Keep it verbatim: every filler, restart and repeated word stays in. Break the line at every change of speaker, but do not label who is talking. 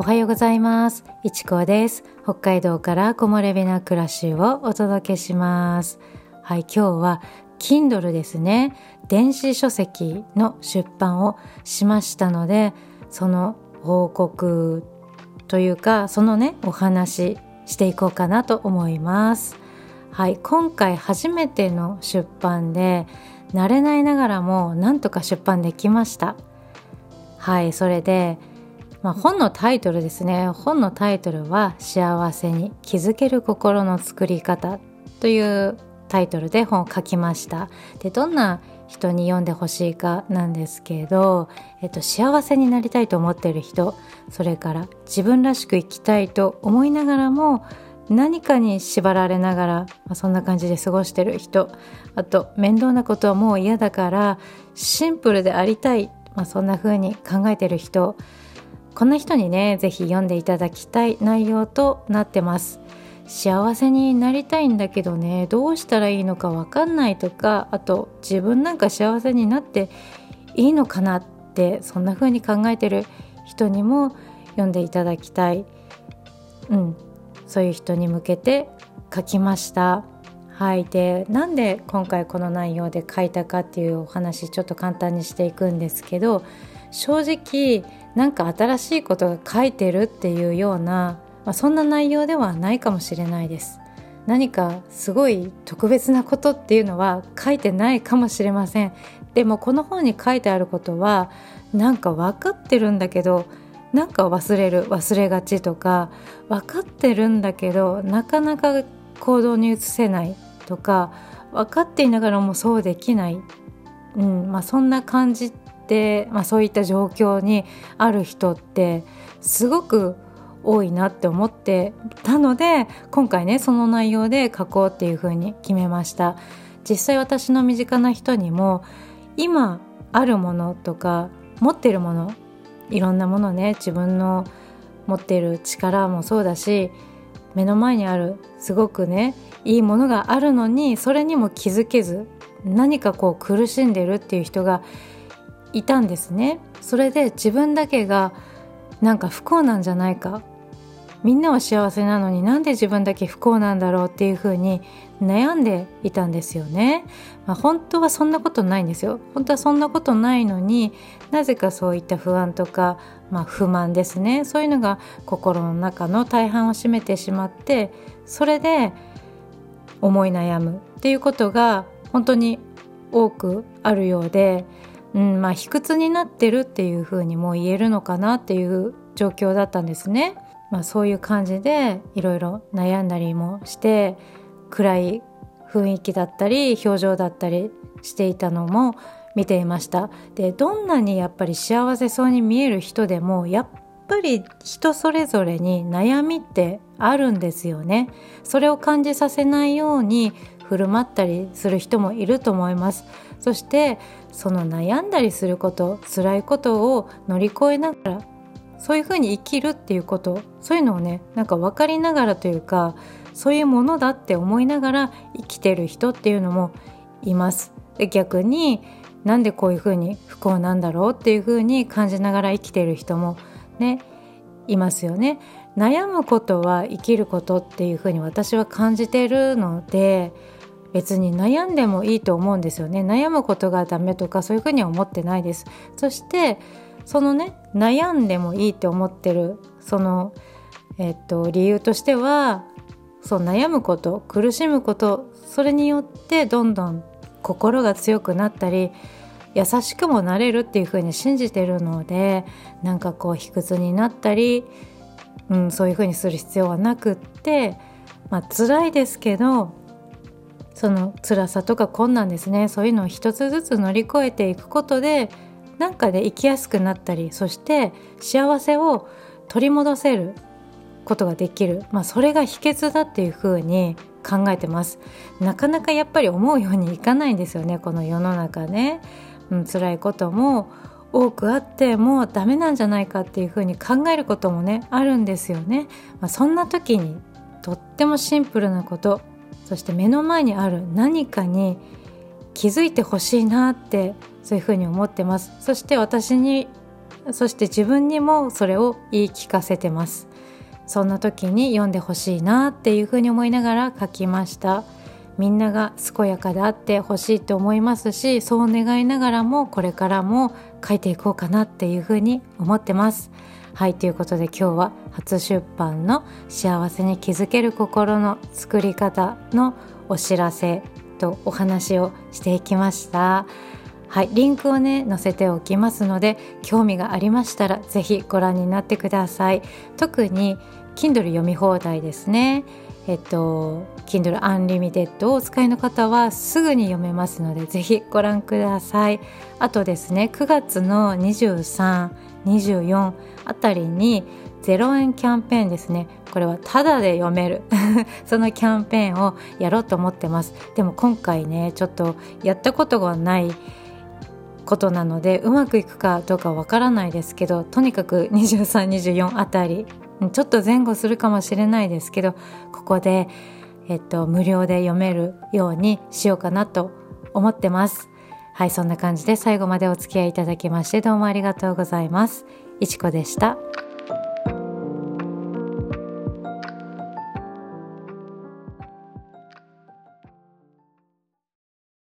はようございます。いちこです。北海道から木漏れ日な暮らしをお届けします。はい、今日は Kindle ですね。電子書籍の出版をしましたので、その報告というか、そのね、お話していこうかなと思います。はい、今回初めての出版で、慣れないながらもなんとか出版できました。はい、それでまあ、本のタイトルですね。本のタイトルは幸せに気づける心の作り方というタイトルで本を書きました。で、どんな人に読んでほしいかなんですけど、えっと、幸せになりたいと思っている人、それから自分らしく生きたいと思いながらも何かに縛られながら、まあ、そんな感じで過ごしている人、あと面倒なことはもう嫌だからシンプルでありたい、まあ、そんな風に考えている人、こんな人にね、ぜひ読んでいただきたい内容となってます。幸せになりたいんだけどね、どうしたらいいのかわかんないとか、あと自分なんか幸せになっていいのかなって、そんな風に考えてる人にも読んでいただきたい。うん、そういう人に向けて書きました。はい、で、なんで今回この内容で書いたかっていうお話、ちょっと簡単にしていくんですけど、正直なんか新しいことが書いてるっていうような、まあ、そんな内容ではないかもしれないです。何かすごい特別なことっていうのは書いてないかもしれません。でもこの本に書いてあることはなんか分かってるんだけど、なんか忘れる忘れがちとか、分かってるんだけどなかなか行動に移せないとか、分かっていながらもそうできない、うんまあ、そんな感じで、まあ、そういった状況にある人ってすごく多いなって思ってたので、今回ねその内容で書こうっていうふうに決めました。実際私の身近な人にも今あるものとか持ってるもの、いろんなものね、自分の持っている力もそうだし、目の前にあるすごくねいいものがあるのに、それにも気づけず何かこう苦しんでるっていう人がいたんですね。それで自分だけがなんか不幸なんじゃないか、みんなは幸せなのになんで自分だけ不幸なんだろうっていうふうに悩んでいたんですよね。まあ、本当はそんなことないんですよ。本当はそんなことないのに、なぜかそういった不安とか、まあ、不満ですね、そういうのが心の中の大半を占めてしまって、それで思い悩むっていうことが本当に多くあるようで、うんまあ、卑屈になってるっていう風にも言えるのかなっていう状況だったんですね。まあ、そういう感じでいろいろ悩んだりもして、暗い雰囲気だったり表情だったりしていたのも見ていました。で、どんなにやっぱり幸せそうに見える人でもやっぱり人それぞれに悩みってあるんですよね。それを感じさせないように振る舞ったりする人もいると思います。そしてその悩んだりすること、辛いことを乗り越えながらそういうふうに生きるっていうこと、そういうのをねなんか分かりながらというか、そういうものだって思いながら生きてる人っていうのもいます。で、逆になんでこういうふうに不幸なんだろうっていうふうに感じながら生きてる人もねいますよね。悩むことは生きることっていうふうに私は感じてるので、別に悩んでもいいと思うんですよね。悩むことがダメとかそういうふうには思ってないです。そしてそのね悩んでもいいって思ってるその、えっと、理由としては、そう悩むこと、苦しむこと、それによってどんどん心が強くなったり優しくもなれるっていうふうに信じてるので、なんかこう卑屈になったり、うん、そういうふうにする必要はなくって、まあ辛いですけど、その辛さとか困難ですね、そういうのを一つずつ乗り越えていくことでなんかで生きやすくなったり、そして幸せを取り戻せることができる、まあ、それが秘訣だっていうふうに考えてます。なかなかやっぱり思うようにいかないんですよね、この世の中ね、うん、辛いことも多くあってもうダメなんじゃないかっていうふうに考えることもねあるんですよね。まあ、そんな時にとってもシンプルなこと、そして目の前にある何かに気づいてほしいなって、そういうふうに思ってます。そして私にそして自分にもそれを言い聞かせてます。そんな時に読んでほしいなっていうふうに思いながら書きました。みんなが健やかであってほしいと思いますし、そう願いながらもこれからも書いていこうかなっていうふうに思ってます。はい、ということで今日は初出版の幸せに気づける心の作り方のお知らせとお話をしていきました。はい、リンクをね載せておきますので、興味がありましたらぜひご覧になってください。特に Kindle 読み放題ですね。えっと Kindle Unlimited をお使いの方はすぐに読めますのでぜひご覧ください。あとですね、くがつのにじゅうさん、にじゅうよんあたりにゼロえんキャンペーンですね。これはタダで読めるそのキャンペーンをやろうと思ってます。でも今回ねちょっとやったことがないことなのでうまくいくかどうかわからないですけど、とにかくにじゅうさん、にじゅうよんあたりちょっと前後するかもしれないですけど、ここで、えっと、無料で読めるようにしようかなと思ってます。はい、そんな感じで最後までお付き合いいただきましてどうもありがとうございます。いちこでした。